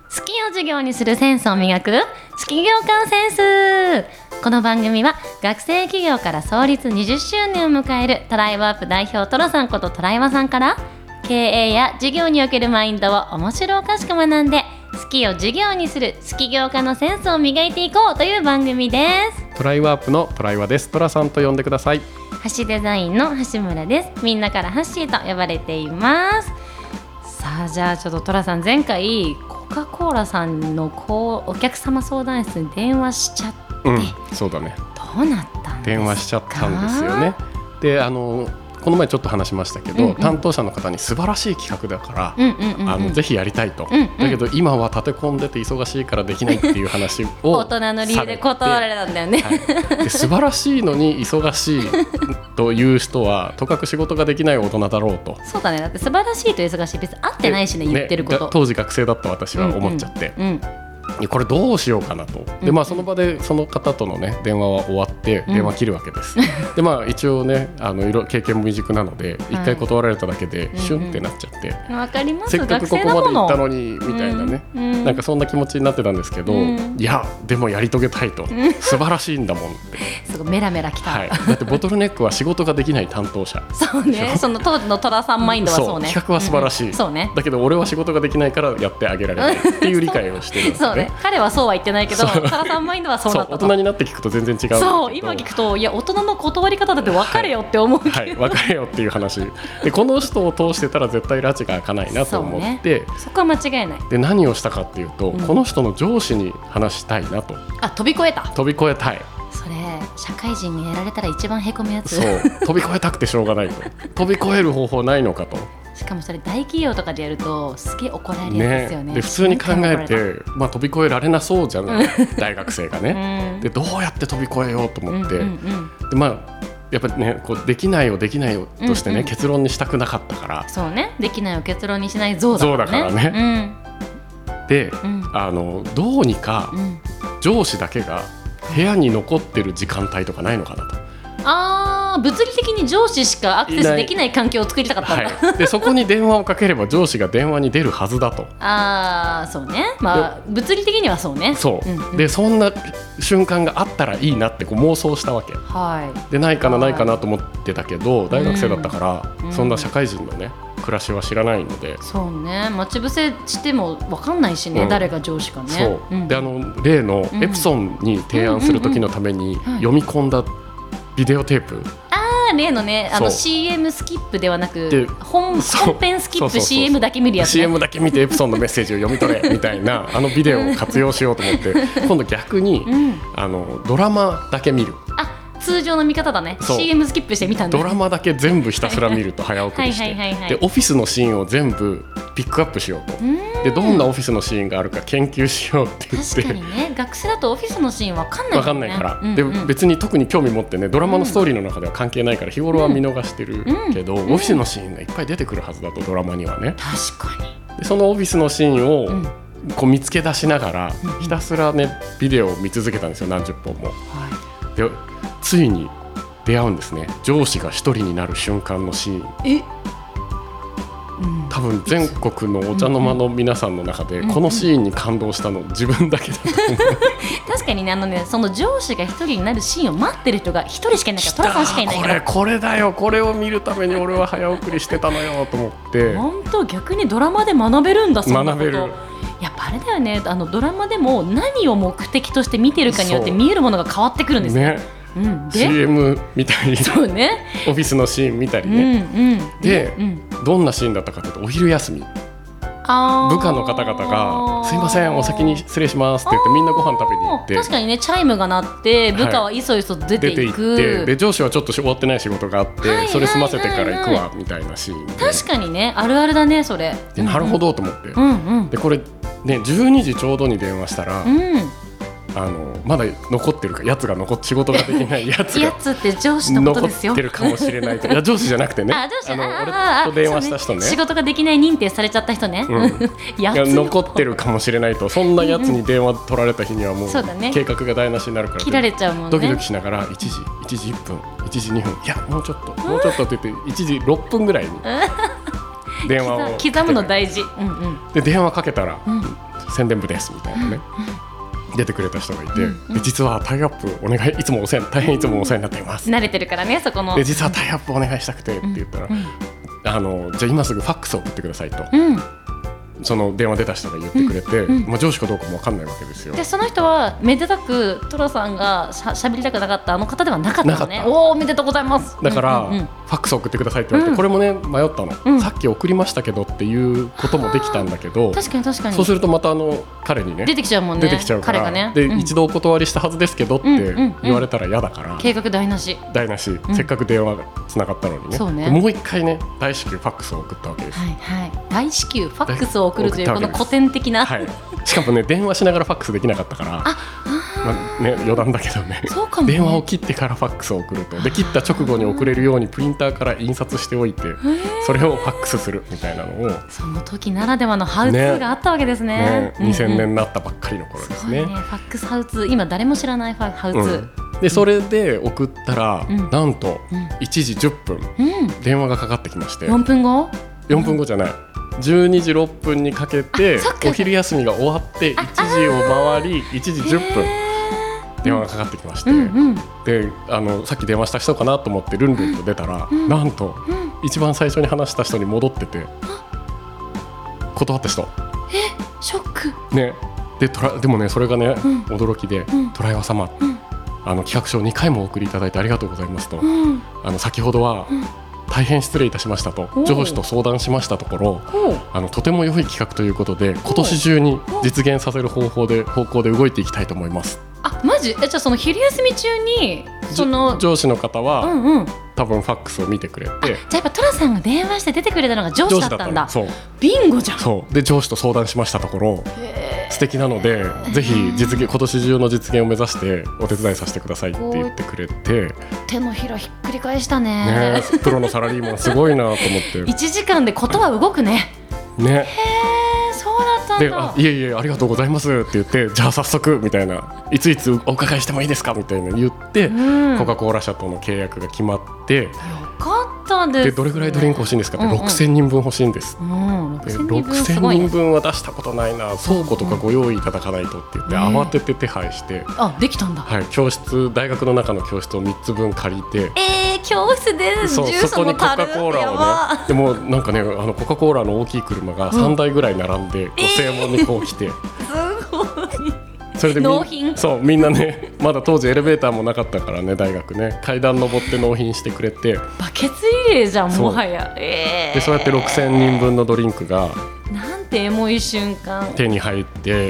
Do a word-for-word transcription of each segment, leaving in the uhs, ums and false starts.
好きを授業にするセンスを磨く好き業界センス。この番組は学生企業から創立にじゅっしゅうねんを迎えるトライワープ代表トラさんことトライワさんから経営や事業におけるマインドを面白おかしく学んで好きを授業にする好き業界のセンスを磨いていこうという番組です。 トライワープのトライワです。トラさんと呼んでください。 橋デザインの橋村です。みんなからハッシーと呼ばれています。さあじゃあちょっとトラさん、前回コカ・コーラさんのこうお客様相談室に電話しちゃって、 うん、そうだね。 どうなったんですか？ 電話しちゃったんですよね。で、あのこの前ちょっと話しましたけど、うんうん、担当者の方に素晴らしい企画だから、うんうんうんうん、あのぜひやりたいと、うんうん、だけど今は立て込んでて忙しいからできないっていう話を大人の理由で断られたんだよね、 はい、で素晴らしいのに忙しいという人はとかく仕事ができない大人だろうと。 そうだね。だって素晴らしいと忙しい別に合ってないしね、言ってること、 ね、当時学生だった私は思っちゃって、うんうんうんこれどうしようかなと。で、まあ、その場でその方との、ね、電話は終わって電話切るわけです、うん、で、まあ、一応ねあのいろ経験も未熟なので一回断られただけでシュンってなっちゃって、 うんうん、わかります。 せっかくここまで行ったのにみたいなね、うん、なんかそんな気持ちになってたんですけど、うん、いやでもやり遂げたいと、うん、素晴らしいんだもんってすごいメラメラきた、 はい、だってボトルネックは仕事ができない担当者そうねその当時のトラさんマインドはそうね。 そう企画は素晴らしい、 うん、そうね。 だけど俺は仕事ができないからやってあげられないっていう理解をしてるんですね。 そうね。彼はそうは言ってないけどトラさんマインドはそうだったと。 そう大人になって聞くと全然違う。 そう今聞くといや大人の断り方だって分かれよって思うけど、 はいはい、分かれよっていう話でこの人を通してたら絶対拉致が開かないなと思ってそ,、ね、そこは間違いない。 で何をしたかっていうと、うん、この人の上司に話したいなと。 あ飛び越えた。 飛び越えたい。 それ社会人にやられたら一番へこむやつ。 そう飛び越えたくてしょうがないと飛び越える方法ないのかと。 しかもそれ大企業とかでやるとすげえ怒られるんですよね。 で普通に考えて、まあ、飛び越えられなそうじゃない大学生がね、うん、でどうやって飛び越えようと思って、うんうんうん、でまあやっぱりねこうできないよできないよとしてね、うんうん、結論にしたくなかったから。そうね。 できないを結論にしない像だからね。 像だからね、うん、で、うん、あのどうにか上司だけが部屋に残ってる時間帯とかないのかなと。 あー物理的に上司しかアクセスできない環境を作りたかったんだ、 はい、でそこに電話をかければ上司が電話に出るはずだと。 あーそうね、まあ、物理的にはそうね。 そう、うんうん、でそんな瞬間があったらいいなってこう妄想したわけ、はい、でないかなないかなと思ってたけど大学生だったから、うん、そんな社会人のね暮らしは知らないので。 そうね。待ち伏せしても分かんないしね、うん、誰が上司かね。 そう、うん、であの例のエプソンに提案する時のために読み込んだビデオテープ、 あ例のねあの シーエム スキップではなく 本, 本編スキップ シーエム だけ見るやつ、ね、 シーエム だけ見てエプソンのメッセージを読み取れみたいなあのビデオを活用しようと思って今度逆に、うん、あのドラマだけ見る。あ通常の見方だね。 シーエム スキップしてみたんだ。 ドラマだけ全部ひたすら見ると早送りしてでオフィスのシーンを全部ピックアップしようと。でどんなオフィスのシーンがあるか研究しようって言って。 確かにね学生だとオフィスのシーン分かんない、ね、 分かんないから、うんうん、で別に特に興味持ってねドラマのストーリーの中では関係ないから日頃は見逃してるけど、うんうん、オフィスのシーンがいっぱい出てくるはずだとドラマにはね。 確かに。 でそのオフィスのシーンを、うんこう見つけ出しながらひたすらねビデオを見続けたんですよ何十本も、はい、でついに出会うんですね。上司が一人になる瞬間のシーン。え、うん、多分全国のお茶の間の皆さんの中でこのシーンに感動したの自分だけだと思う確かにねあのねその上司が一人になるシーンを待ってる人が一人しかいないからトラさんしかいないから。 これこれだよこれを見るために俺は早送りしてたのよと思って本当逆にドラマで学べるんだ。そんなこと学べる。 やっぱあれだよねあのドラマでも何を目的として見てるかによって見えるものが変わってくるんですよ、ねうん、で シーエム 見たりそう、ね、オフィスのシーン見たりね、うんうん、で、うん、どんなシーンだったかというとお昼休みあ部下の方々がすいませんお先に失礼しますって言ってみんなご飯食べに行って確かにねチャイムが鳴って部下はいそいそ出ていく、 はい、出て行ってで上司はちょっと終わってない仕事があって、はいはいはいはい、それ済ませてから行くわみたいなシーンで確かにねあるあるだねそれでなるほどと思って、 うんうん、 でこれねじゅうにじちょうどに電話したら、うんあのまだ残ってるかやつが残っ仕事ができないやつがやつって上司のことですよ残ってるかもしれないといや上司じゃなくてねあ上司あの俺と電話した人 ね, ね仕事ができない認定されちゃった人ね、うん、 やついや残ってるかもしれないとそんなやつに電話取られた日にはもう、うんうんね、計画が台無しになるから切られちゃうもんね。 ドキドキしながらいちじいちじいっぷんいちじにふんいやもうちょっともうちょっとって言っていちじろっぷんぐらいに電話を刻むの大事、うんうん、 で電話かけたら、うん宣伝部ですみたいなね、うん、出てくれた人がいて、うんうん、で実はタイアップお願いいつもお世話大変いつもお世話になっています、 慣れてるからねそこの。 で実はタイアップお願いしたくてって言ったら、うんうん、あのじゃあ今すぐファックスを送ってくださいと、うん、その電話出た人が言ってくれて、うんうん、まあ、上司かどうかも分かんないわけですよ。 でその人はめでたくトラさんがしゃ喋りたくなかったあの方ではなかったのね。おおめでとうございます。 だから、うんうんうん、ファックス送ってくださいって言われて、うん、これもね迷ったの、うん、さっき送りましたけどっていうこともできたんだけど、 確かに確かにそうするとまたあの彼にね出てきちゃうもんね。 出てきちゃうから、彼がね、で、うん、一度お断りしたはずですけどって言われたら嫌だから、うんうんうん、 計画台無し台無し、うん、せっかく電話がつながったのに ね, そうねもう一回ね大至急ファックスを送ったわけです。 はいはい、大至急ファックスを送るというこの古典的な、 はい、しかもね電話しながらファックスできなかったから、あまあね、余談だけど ね, そうかもね電話を切ってからファックスを送ると、で切った直後に送れるようにプリンターから印刷しておいてそれをファックスするみたいなのを、 その時ならではのハウツーがあったわけですね。 ねねにせんねんになったばっかりの頃ですね。 すごいね、ファックスハウツー今誰も知らないハウツー、 うん、でそれで送ったら、うん、なんといちじじゅっぷん、うん、電話がかかってきまして、 よんぷんごよんぷんごじゃない、じゅうにじろっぷんにかけてお昼休みが終わっていちじを回りいちじじゅっぷん電話がかかってきまして、うんうん、であのさっき電話した人かなと思ってルンルンと出たら、うん、なんと、うん、一番最初に話した人に戻ってて、断った人。 えショック、 ね、で, トラでもねそれがね、うん、驚きで、うん、トライワ様、うん、あの企画書にかいもお送りいただいてありがとうございますと、うん、あの先ほどは、うん、大変失礼いたしましたと上司と相談しましたところ、あのとても良い企画ということで今年中に実現させる方法で方向で動いていきたいと思います。 あマジえじゃあその昼休み中にその上司の方は、うんうん、多分ファックスを見てくれて、じゃあやっぱトラさんが電話して出てくれたのが上司だったんだ。そうビンゴじゃん。 そうで上司と相談しましたところ素敵なのでぜひ実現今年中の実現を目指してお手伝いさせてくださいって言ってくれて、 手のひらひっくり返したね。 ねプロのサラリーマンすごいなと思っていちじかんでことは動くね。 ねへーそうだったんだ。 であいえいえありがとうございますって言って、じゃあ早速みたいないついつお伺いしてもいいですかみたいな言って、うん、コカ・コーラ社との契約が決まって、 よかったです、ね、でどれぐらいドリンク欲しいんですかって、うんうん、ろくせんにんぶん欲しいんです、うん、でろくせんにんぶんは出したことないな、倉庫とかご用意いただかないとって言って、うん、慌てて手配して、ね、 あできたんだ、 はい、教室大学の中の教室をみっつぶん借りて、 えー、教室でジュースもタルそこにコカ・コーラをね、でもなんかねあのコカ・コーラの大きい車がさんだいぐらい並んで、うん、正門にこう来て、えー、すごいそれで納品そうみんなねまだ当時エレベーターもなかったからね大学ね階段登って納品してくれて、 バケツ入れじゃんもはや、えー、 でそうやってろくせんにんぶんのドリンクがなんてエモい瞬間手に入って、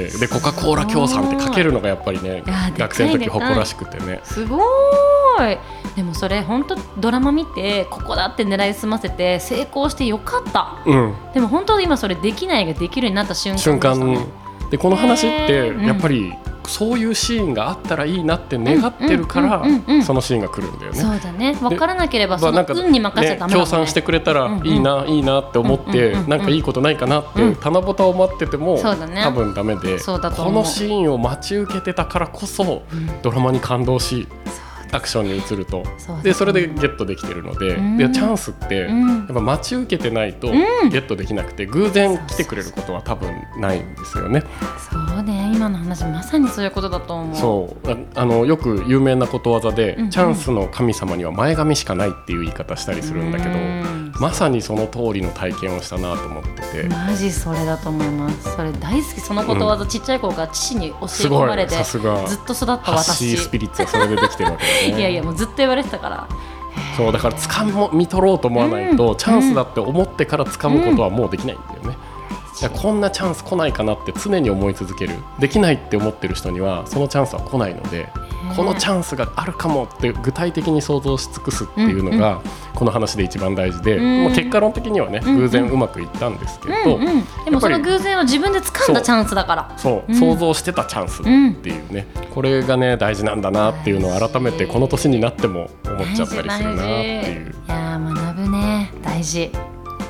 でコカ・コーラ協賛って書けるのがやっぱりね学生の時誇らしくてね、 すごい。でもそれ本当ドラマ見てここだって狙い澄ませて成功してよかった、うん、でも本当今それできないができるようになった瞬間でしたね。瞬間でこの話ってやっぱりそういうシーンがあったらいいなって願ってるからそのシーンが来るんだよね。 そうだね、分からなければその運に任せちゃダメだもんね。協賛してくれたらいいな、うんうん、いいなって思ってなんかいいことないかなって棚ぼたを待ってても、うんね、多分ダメで、このシーンを待ち受けてたからこそドラマに感動しアクションに移ると、そでそれでゲットできてるので、うん、でチャンスってやっぱ待ち受けてないとゲットできなくて、偶然来てくれることは多分ないんですよね。 そうね、今の話まさにそういうことだと思う。 そうあのよく有名なことわざで、うんうん、チャンスの神様には前髪しかないっていう言い方したりするんだけど、まさにその通りの体験をしたなと思ってて、 マジそれだと思います。それ大好き。そのことわざ、うん、ちっちゃい頃から父に教え込まれてずっと育った私。ハッシースピリッツはそれでできてるわけですね。 いやいやもうずっと言われてたから。 そうだから掴みも見取ろうと思わないと、うん、チャンスだって思ってから掴むことはもうできないんだよね、うん、こんなチャンス来ないかなって常に思い続ける。できないって思ってる人にはそのチャンスは来ないので、このチャンスがあるかもって具体的に想像し尽くすっていうのがこの話で一番大事で、うん、まあ、結果論的にはね、うん、偶然うまくいったんですけど、うんうん、 でもその偶然は自分で掴んだチャンスだから、 そう、うん、想像してたチャンスっていうね、うん、これがね大事なんだなっていうのを改めてこの年になっても思っちゃったりするなっていう。 いや学ぶね、大事。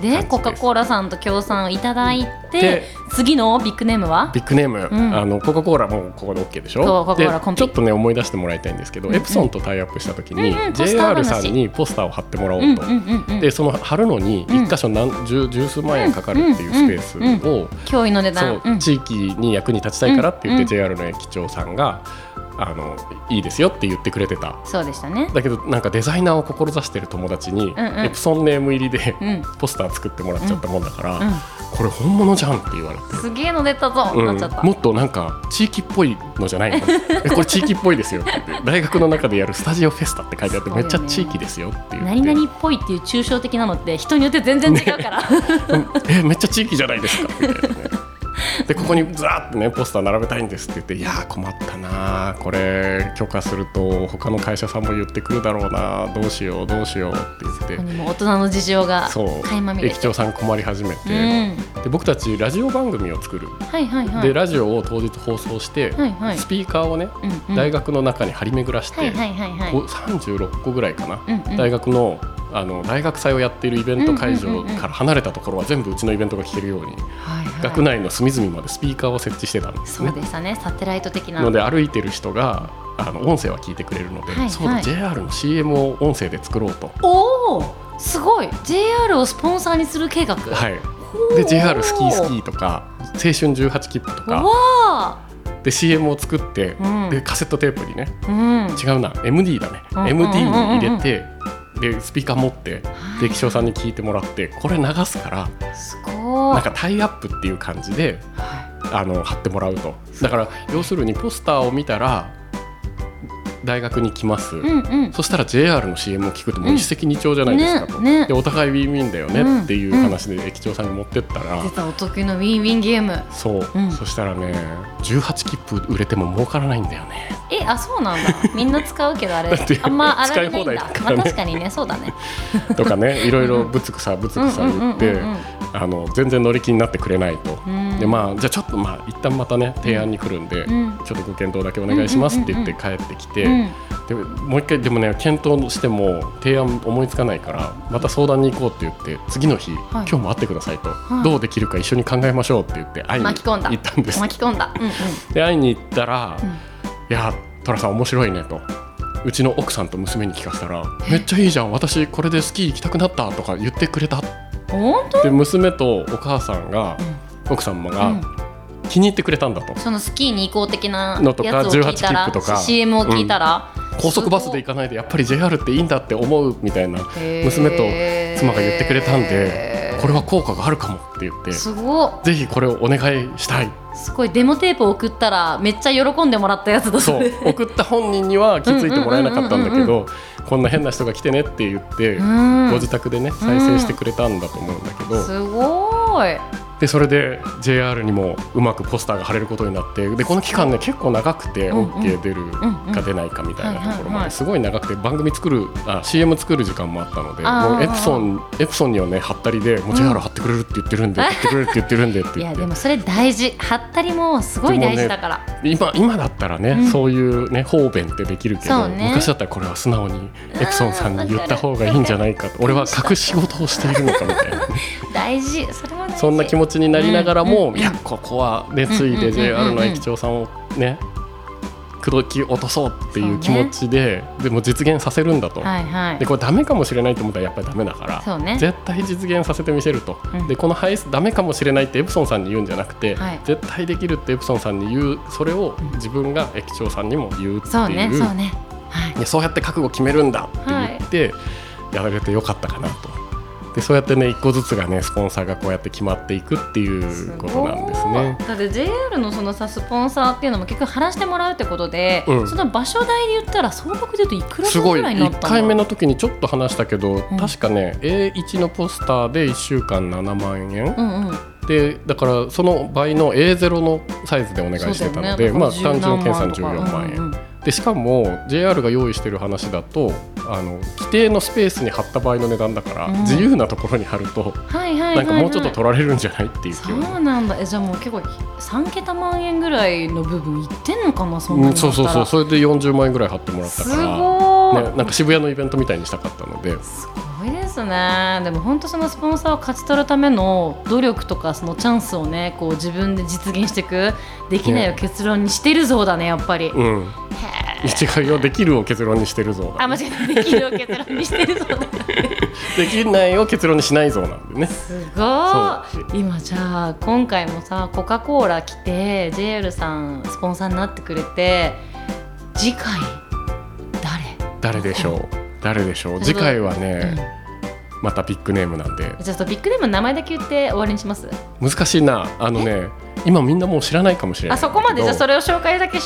でコカ・コーラさんと協賛をいただいて、次のビッグネームはビッグネーム、うん、あのコカ・コーラもここで OK でしょ。 コカ・コーラコンピでちょっとね思い出してもらいたいんですけど、うんうん、エプソンとタイアップした時に、うんうん、ジェイアール さんにポスターを貼ってもらおうと、うんうんうんうん、でその貼るのにいっ箇所何十、十数万円かかるっていうスペースを、うんうんうん、 驚異の値段、 そう地域に役に立ちたいからって言って、うん、ジェイアール の駅長さんがあのいいですよって言ってくれてた。 そうでしたね。 だけどなんかデザイナーを志してる友達に、うんうん、エプソンネーム入りで、うん、ポスター作ってもらっちゃったもんだから、うんうん、これ本物じゃんって言われて、 すげえの出たぞ、うん、なっちゃった。 もっとなんか地域っぽいのじゃないのえこれ地域っぽいですよって言って大学の中でやるスタジオフェスタって書いてあって、めっちゃ地域ですよって言って、 何々っぽいっていう抽象的なのって人によって全然違うから、 ね、えめっちゃ地域じゃないですかみたいなねでここにずらっとねポスター並べたいんですって言って、いやー困ったな、これ許可すると他の会社さんも言ってくるだろうな、どうしようどうしようって言って、 そこにも大人の事情が垣間見れて、 駅長さん困り始めて、うん、で僕たちラジオ番組を作る、 はいはいはい、 でラジオを当日放送して、はいはい、スピーカーをね、うんうん、大学の中に張り巡らして、はいはいはいはい、さんじゅうろっこぐらいかな、うんうん、大学のあの大学祭をやっているイベント会場から離れたところは全部うちのイベントが聞けるように、はいはい、学内の隅々までスピーカーを設置してたんですね。 そうでしたね、サテライト的なので歩いてる人があの音声は聞いてくれるので、はいはい、そうだ ジェイアール の シーエム を音声で作ろうと。 おーすごい ジェイアール をスポンサーにする計画。 はいで ジェイアール スキースキーとか青春じゅうはち切符とかで シーエム を作って、うん、でカセットテープにね、うん、違うな エムディー だね、うん、エムディー に入れて、でスピーカー持ってで駅長さんに聞いてもらってこれ流すからすごいなんかタイアップっていう感じで、はい、あの貼ってもらうと。だから要するにポスターを見たら大学に来ます、うんうん、そしたら ジェイアール の シーエム を聞くともう一石二鳥じゃないですかと、うんねね、でお互いウィンウィンだよねっていう話で駅長さんに持ってったら、 出たお得意のウィンウィンゲーム。 そう、うん、そしたらねじゅうはち切符売れても儲からないんだよね。 えあそうなんだみんな使うけどあれあんま洗えないんだ、まあ、確かにねそうだねとかねいろいろぶつくさぶつくさ言ってあの全然乗り気になってくれないと、うん、でまあじゃあちょっとまあ一旦またね提案に来るんで、うん、ちょっとご検討だけお願いしますって言って帰ってきて、うんうんうん、でもう一回でもね検討しても提案思いつかないからまた相談に行こうって言って次の日、はい、今日も会ってくださいと、はい、どうできるか一緒に考えましょうって言って会いに行ったんです。 巻き込んだ、うんうん、 で会いに行ったら、うん、いやトラさん面白いねと、うちの奥さんと娘に聞かせたらめっちゃいいじゃん私これでスキー行きたくなったとか言ってくれた。 本当？ で娘とお母さんが、うん、奥様が、うん気に入ってくれたんだと。 そのスキーに行こう的なやつを聞いたらとかシーエム を聞いたら、 うん、高速バスで行かないでやっぱり ジェイアール っていいんだって思うみたいな娘と妻が言ってくれたんでこれは効果があるかもって言ってすごいぜひこれをお願いしたい。 すごいデモテープを送ったらめっちゃ喜んでもらったやつだ。 そう送った本人には気づいてもらえなかったんだけどこんな変な人が来てねって言ってご自宅でね再生してくれたんだと思うんだけど、 すごい。 でそれで ジェイアール にもうまくポスターが貼れることになって、でこの期間ね結構長くて OK 出るか出ないかみたいなところまですごい長くて、番組作るあ シーエム 作る時間もあったので、もうエプソンエプソンにはね貼ったりでもう ジェイアール 貼ってくれるって言ってるんで、貼ってくれるって言ってるんでって言って、いやでもそれ大事、貼ったりもすごい大事だから、 ね、今今だったらね、うん、そういうね方便ってできるけど、ね、昔だったらこれは素直にエプソンさんに言った方がいいんじゃないかと、俺は隠し事をしているのかみたいな大事、それは大事。 そんな気持ちになりながらも、うん、いやここはねついで ジェイアール の駅長さんをね口説き落とそうっていう気持ちで、ね、でも実現させるんだと、はいはい、でこれダメかもしれないと思ったらやっぱりダメだから、ね、絶対実現させてみせると、うん、でこの配ダメかもしれないってエプソンさんに言うんじゃなくて、はい、絶対できるってエプソンさんに言う、それを自分が駅長さんにも言うっていう、そうねそうね、はい、でそうやって覚悟決めるんだって言って、はい、やられてよかったかなと。でそうやってね一個ずつがねスポンサーがこうやって決まっていくっていうことなんですね。 だって ジェイアール のそのさスポンサーっていうのも結局払してもらうってことで、うん、その場所代で言ったら総額で言うといくらぐらいになったの？ すごいいっかいめの時にちょっと話したけど、うん、確かね エーワン のポスターでいっしゅうかんななまんえん、うんうん、でだからその倍の エーゼロ のサイズでお願いしてたので、ね、まあ単純計算じゅうよんまんえん、うんうん、でしかも ジェイアール が用意してる話だとあの規定のスペースに貼った場合の値段だから、うん、自由なところに貼ると、はいはいはいはい、なんかもうちょっと取られるんじゃないっていう気は。 そうなんだ。えじゃあもう結構さんけた万円ぐらいの部分いってんのかな、そんなのだったら、 うん、そうそうそう、それでよんじゅうまんえんぐらい貼ってもらったから。 すごー、 ね、なんか渋谷のイベントみたいにしたかったので。 すごいですね。でも本当そのスポンサーを勝ち取るための努力とかそのチャンスをねこう自分で実現していく、できないを結論にしてるそうだねやっぱり、 うん、違うよ、できるを結論にしてるぞ、ね、 あ、間違えた、できるを結論にしてるぞだできないを結論にしないぞなんでね。 すごい。今じゃあ今回もさコカ・コーラ来て ジェイエル さんスポンサーになってくれて、次回誰誰でしょう誰でしょう次回はね、うん、またビッグネームなんで、 じゃあビッグネームの名前だけ言って終わりにします。 難しいな。あのね今みんなもう知らないかもしれない。 あ、そこまでじゃあそれを紹介だけして、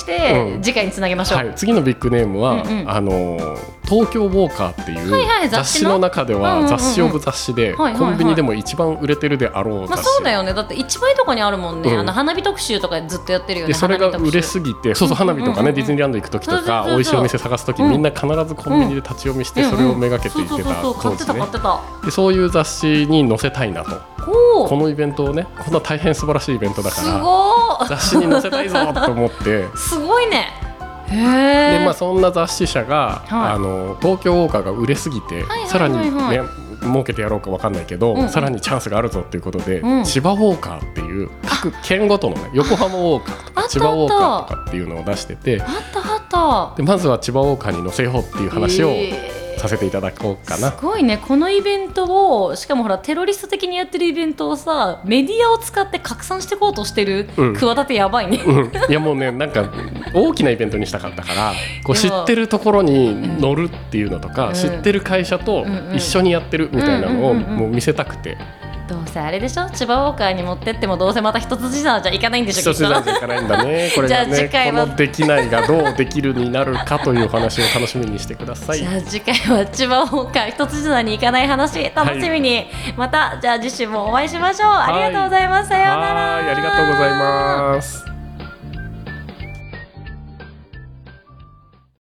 うん、次回につなげましょう。 はい、次のビッグネームは、うんうん、あの東京ウォーカーっていう、はいはい、雑誌の中では雑誌オブ雑誌で、うんうんうん、コンビニでも一番売れてるであろう雑誌、まあ、そうだよね。 だって一枚とかにあるもんね、うん、あの花火特集とかずっとやってるよね。 でそれが売れすぎて、そうそう花火とかね、うんうんうん、ディズニーランド行く時とか美味しいお店探す時、うん、みんな必ずコンビニで立ち読みして、それをめがけて行ってたそうですね。そういう雑誌に載せたいなと。このイベントをね、こんな大変素晴らしいイベントだから雑誌に載せたいぞと思ってすごいね。へで、まあ、そんな雑誌社が、はい、あの東京ウォーカーが売れすぎて、はいはいはいはい、さらにね儲けてやろうか分かんないけど、うんうん、さらにチャンスがあるぞっていうことで、うん、千葉ウォーカーっていう各県ごとのね、横浜ウォーカーとか千葉ウォーカーとかっていうのを出してて、 あったあった。 でまずは千葉ウォーカーに載せようっていう話を、えーさせていただこうかな。 すごいね。このイベントをしかもほらテロリスト的にやってるイベントをさメディアを使って拡散していこうとしてる、うん、企てやばいね、 うん、いやもうねなんか大きなイベントにしたかったからこう知ってるところに乗るっていうのとか、うん、知ってる会社と一緒にやってるみたいなのをもう見せたくて、 どうせあれでしょ、千葉ウォーカーに持ってってもどうせまた一つじゃじゃいかないんでしょ。 一つじゃじゃいかないんだねこれがね、このできないがどうできるになるかという話を楽しみにしてください。 じゃあ次回は千葉ウォーカー一つじゃにいかない話楽しみに、はい、またじゃあ次週もお会いしましょう。ありがとうございます。さようなら。 はい、ありがとうございます。